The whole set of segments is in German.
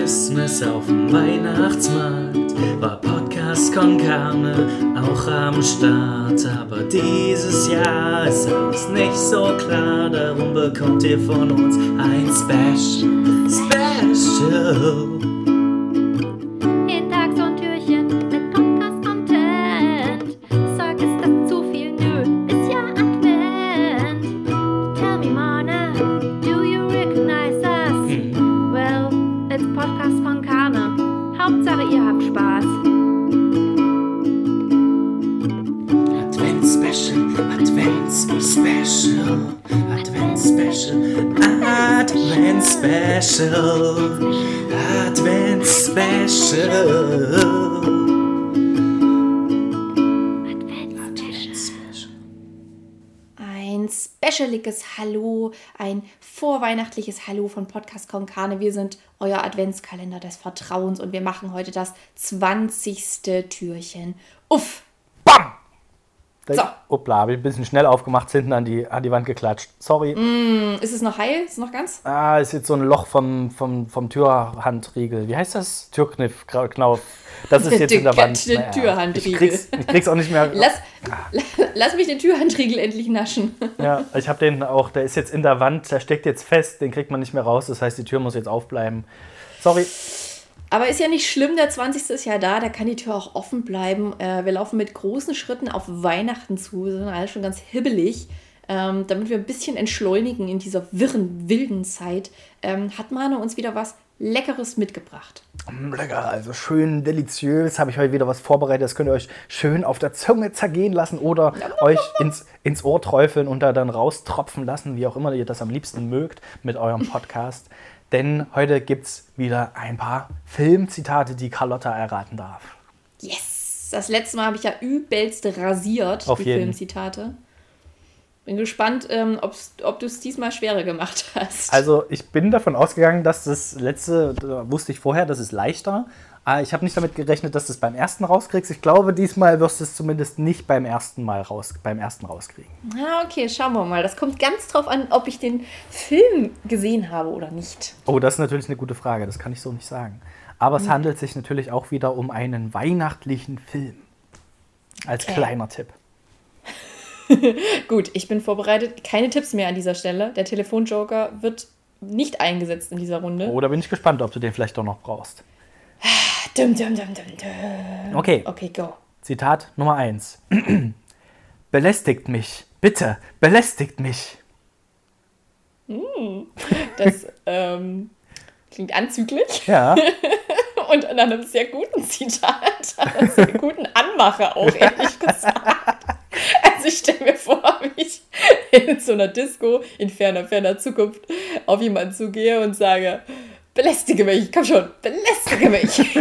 Christmas auf dem Weihnachtsmarkt war Podcast con Carne auch am Start. Aber dieses Jahr ist alles nicht so klar, darum bekommt ihr von uns ein Special. Jeden Tag so ein Türchen mit Podcast-Content. Sag, ist das zu viel? Nö, ist ja Advent. Tell me, Mona, do you recognize us? Well, it's Podcast con Carne. Hauptsache, ihr habt Spaß. Advents-Special, Advents-Special, Advents-Special, Advents-Special, Advents-Special. Ein specialiges Hallo, ein vorweihnachtliches Hallo von Podcast con Carne. Wir sind euer Adventskalender des Vertrauens und wir machen heute das 20. Türchen. Uff! Bam! So. Hoppla, habe ich ein bisschen schnell aufgemacht, hinten an die Wand geklatscht. Sorry. Ist es noch heil? Ist es noch ganz? Ist jetzt so ein Loch vom Türhandriegel. Wie heißt das? Türkniff, Knauf. Das ist jetzt in der Wand. Den Türhandriegel. Ich krieg's auch nicht mehr. Lass mich den Türhandriegel endlich naschen. Ja, ich habe den auch, der ist jetzt in der Wand, der steckt jetzt fest, den kriegt man nicht mehr raus. Das heißt, die Tür muss jetzt aufbleiben. Sorry. Aber ist ja nicht schlimm, der 20. ist ja da kann die Tür auch offen bleiben. Wir laufen mit großen Schritten auf Weihnachten zu, wir sind alle schon ganz hibbelig. Damit wir ein bisschen entschleunigen in dieser wirren, wilden Zeit, hat Mane uns wieder was Leckeres mitgebracht. Lecker, also schön deliziös, habe ich heute wieder was vorbereitet. Das könnt ihr euch schön auf der Zunge zergehen lassen oder euch ins Ohr träufeln und da dann raustropfen lassen, wie auch immer ihr das am liebsten mögt mit eurem Podcast. Denn heute gibt es wieder ein paar Filmzitate, die Carlotta erraten darf. Yes! Das letzte Mal habe ich ja übelst rasiert, Auf die jeden. Filmzitate. Bin gespannt, ob du es diesmal schwerer gemacht hast. Also ich bin davon ausgegangen, dass das letzte, da wusste ich vorher, das ist leichter. Aber ich habe nicht damit gerechnet, dass du es beim ersten rauskriegst. Ich glaube, diesmal wirst du es zumindest nicht beim ersten rauskriegen. Ja, okay, schauen wir mal. Das kommt ganz drauf an, ob ich den Film gesehen habe oder nicht. Oh, das ist natürlich eine gute Frage, das kann ich so nicht sagen. Aber es handelt sich natürlich auch wieder um einen weihnachtlichen Film. Als kleiner Tipp. Gut, ich bin vorbereitet. Keine Tipps mehr an dieser Stelle. Der Telefonjoker wird nicht eingesetzt in dieser Runde. Oh, da bin ich gespannt, ob du den vielleicht doch noch brauchst. Dum. Okay. Okay, go. Zitat Nummer 1. Belästigt mich. Bitte, belästigt mich. Das klingt anzüglich. Ja. Und an einem sehr guten Zitat. Einem sehr guten Anmacher auch, ehrlich gesagt. Also ich stelle mir vor, wie ich in so einer Disco in ferner Zukunft auf jemanden zugehe und sage, belästige mich, komm schon, belästige mich.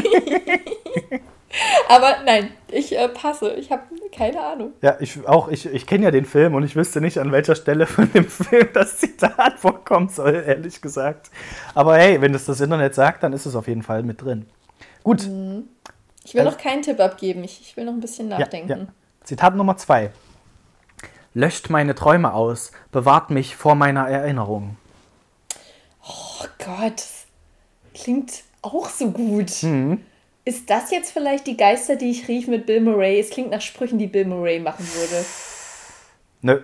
Aber nein, ich passe, ich habe keine Ahnung. Ja, ich kenne ja den Film und ich wüsste nicht, an welcher Stelle von dem Film das Zitat vorkommen soll, ehrlich gesagt. Aber hey, wenn es das Internet sagt, dann ist es auf jeden Fall mit drin. Gut. Ich will noch keinen Tipp abgeben, ich will noch ein bisschen nachdenken. Ja. Zitat Nummer 2. Löscht meine Träume aus, bewahrt mich vor meiner Erinnerung. Oh Gott, das klingt auch so gut. Ist das jetzt vielleicht die Geister, die ich rief mit Bill Murray? Es klingt nach Sprüchen, die Bill Murray machen würde. Nö.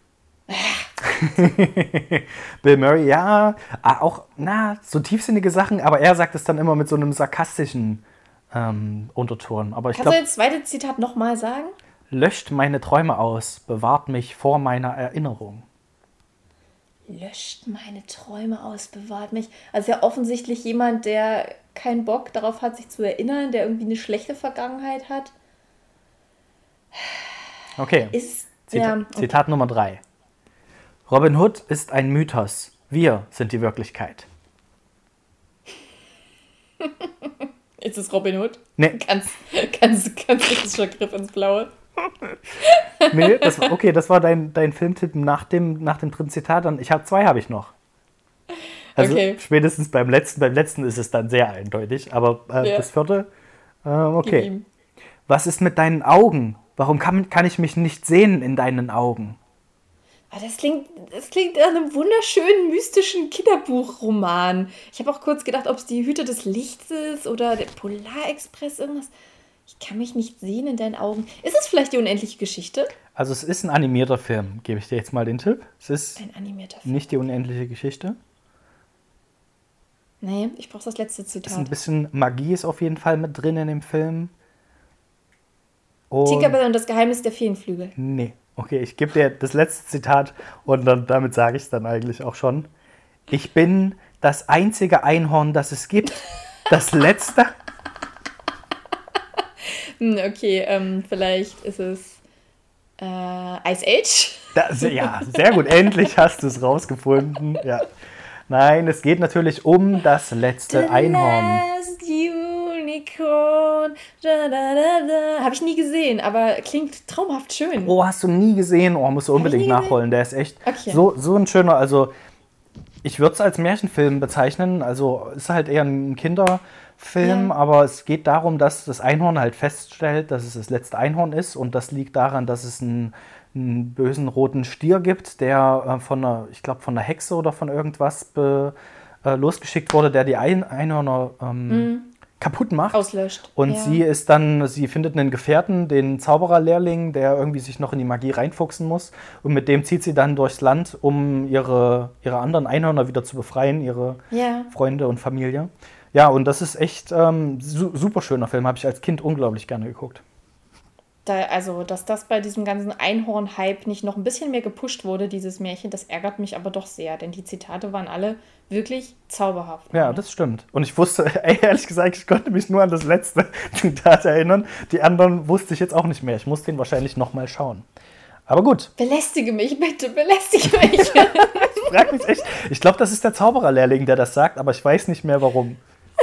Bill Murray, ja, auch, so tiefsinnige Sachen, aber er sagt es dann immer mit so einem sarkastischen Unterton. Aber Kannst du das zweite Zitat nochmal sagen? Löscht meine Träume aus, bewahrt mich vor meiner Erinnerung. Löscht meine Träume aus, bewahrt mich. Also ja offensichtlich jemand, der keinen Bock darauf hat, sich zu erinnern, der irgendwie eine schlechte Vergangenheit hat. Okay. Okay. Zitat Nummer 3. Robin Hood ist ein Mythos. Wir sind die Wirklichkeit. Ist es Robin Hood? Nee. Ganz kritischer Griff ins Blaue. Nee, das war dein Filmtipp nach dem dritten Zitat. Ich habe 2 habe ich noch. Also okay. Spätestens beim letzten ist es dann sehr eindeutig. Aber das vierte, okay. Was ist mit deinen Augen? Warum kann ich mich nicht sehen in deinen Augen? Das klingt nach einem wunderschönen, mystischen Kinderbuchroman. Ich habe auch kurz gedacht, ob es die Hüter des Lichts ist oder der Polarexpress, irgendwas. Ich kann mich nicht sehen in deinen Augen. Ist es vielleicht die unendliche Geschichte? Also es ist ein animierter Film, gebe ich dir jetzt mal den Tipp. Es ist Ein animierter Film. nicht die unendliche Geschichte. Nee, ich brauche das letzte Ist ein Zitat. bisschen Magie ist auf jeden Fall mit drin in dem Film. Und Tinkerbell und das Geheimnis der Feenflügel. nee, okay, ich gebe dir das letzte Zitat und damit sage ich es dann eigentlich auch schon. Ich bin das einzige Einhorn, das es gibt. Das letzte. Okay, vielleicht ist es Ice Age. Ja, sehr gut. Endlich hast du es rausgefunden. Ja. Nein, es geht natürlich um das letzte Einhorn. Last Unicorn. Habe ich nie gesehen, aber klingt traumhaft schön. Oh, hast du nie gesehen? Oh, musst du unbedingt nie gesehen? nachholen. Der ist echt Okay. so ein schöner, also ich würde es als Märchenfilm bezeichnen. Also ist halt eher ein Kinderfilm, Ja. aber es geht darum, dass das Einhorn halt feststellt, dass es das letzte Einhorn ist. Und das liegt daran, dass es einen bösen roten Stier gibt, der von einer Hexe oder von irgendwas losgeschickt wurde, der die Einhörner kaputt macht. Auslöscht. Und Ja. sie findet einen Gefährten, den Zaubererlehrling, der irgendwie sich noch in die Magie reinfuchsen muss. Und mit dem zieht sie dann durchs Land, um ihre anderen Einhörner wieder zu befreien, ihre Ja. Freunde und Familie. Ja, und das ist echt super schöner Film, habe ich als Kind unglaublich gerne geguckt. Also, dass das bei diesem ganzen Einhorn-Hype nicht noch ein bisschen mehr gepusht wurde, dieses Märchen, das ärgert mich aber doch sehr, denn die Zitate waren alle wirklich zauberhaft. Ja, das stimmt. Und ich wusste, ehrlich gesagt, ich konnte mich nur an das letzte Zitat erinnern. Die anderen wusste ich jetzt auch nicht mehr. Ich muss den wahrscheinlich nochmal schauen. Aber gut, Belästige mich, bitte, belästige mich. ich frag mich echt. Ich glaube, das ist der Zaubererlehrling, der das sagt, aber ich weiß nicht mehr, warum.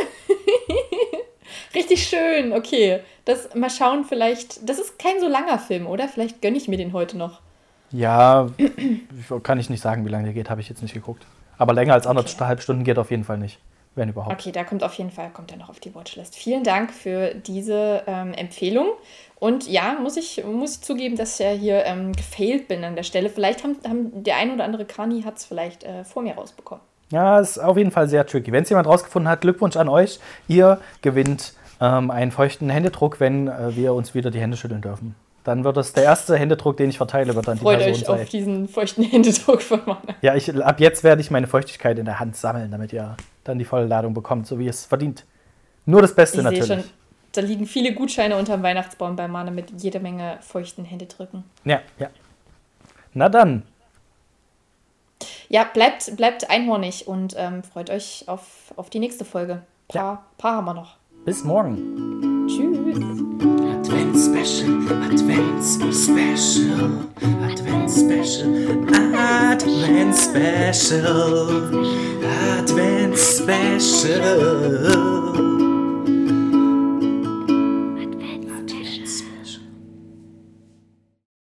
Richtig schön, okay. Mal schauen, vielleicht, das ist kein so langer Film, oder? Vielleicht gönne ich mir den heute noch. Ja, kann ich nicht sagen, wie lange der geht, habe ich jetzt nicht geguckt. Aber länger als 1,5 Stunden geht auf jeden Fall nicht, wenn überhaupt. Okay, da kommt er noch auf die Watchlist. Vielen Dank für diese Empfehlung. Und ja, muss ich zugeben, dass ich ja hier gefailt bin an der Stelle. Vielleicht haben der ein oder andere Kani hat es vielleicht vor mir rausbekommen. Ja, ist auf jeden Fall sehr tricky. Wenn es jemand rausgefunden hat, Glückwunsch an euch. Ihr gewinnt einen feuchten Händedruck, wenn wir uns wieder die Hände schütteln dürfen. Dann wird das der erste Händedruck, den ich verteile, wird dann die Freut Person euch sein. auf diesen feuchten Händedruck von Manne. Ja, ab jetzt werde ich meine Feuchtigkeit in der Hand sammeln, damit ihr dann die volle Ladung bekommt, so wie es verdient. Nur das Beste Ich sehe natürlich. schon, da liegen viele Gutscheine unterm Weihnachtsbaum bei Mane mit jeder Menge feuchten Händedrücken. Ja. Na dann. Ja, bleibt einhornig und freut euch auf die nächste Folge. Paar haben wir noch. Bis morgen. Tschüss. Advents-Special, Advents-Special, Advents-Special, Advents-Special, Advents-Special.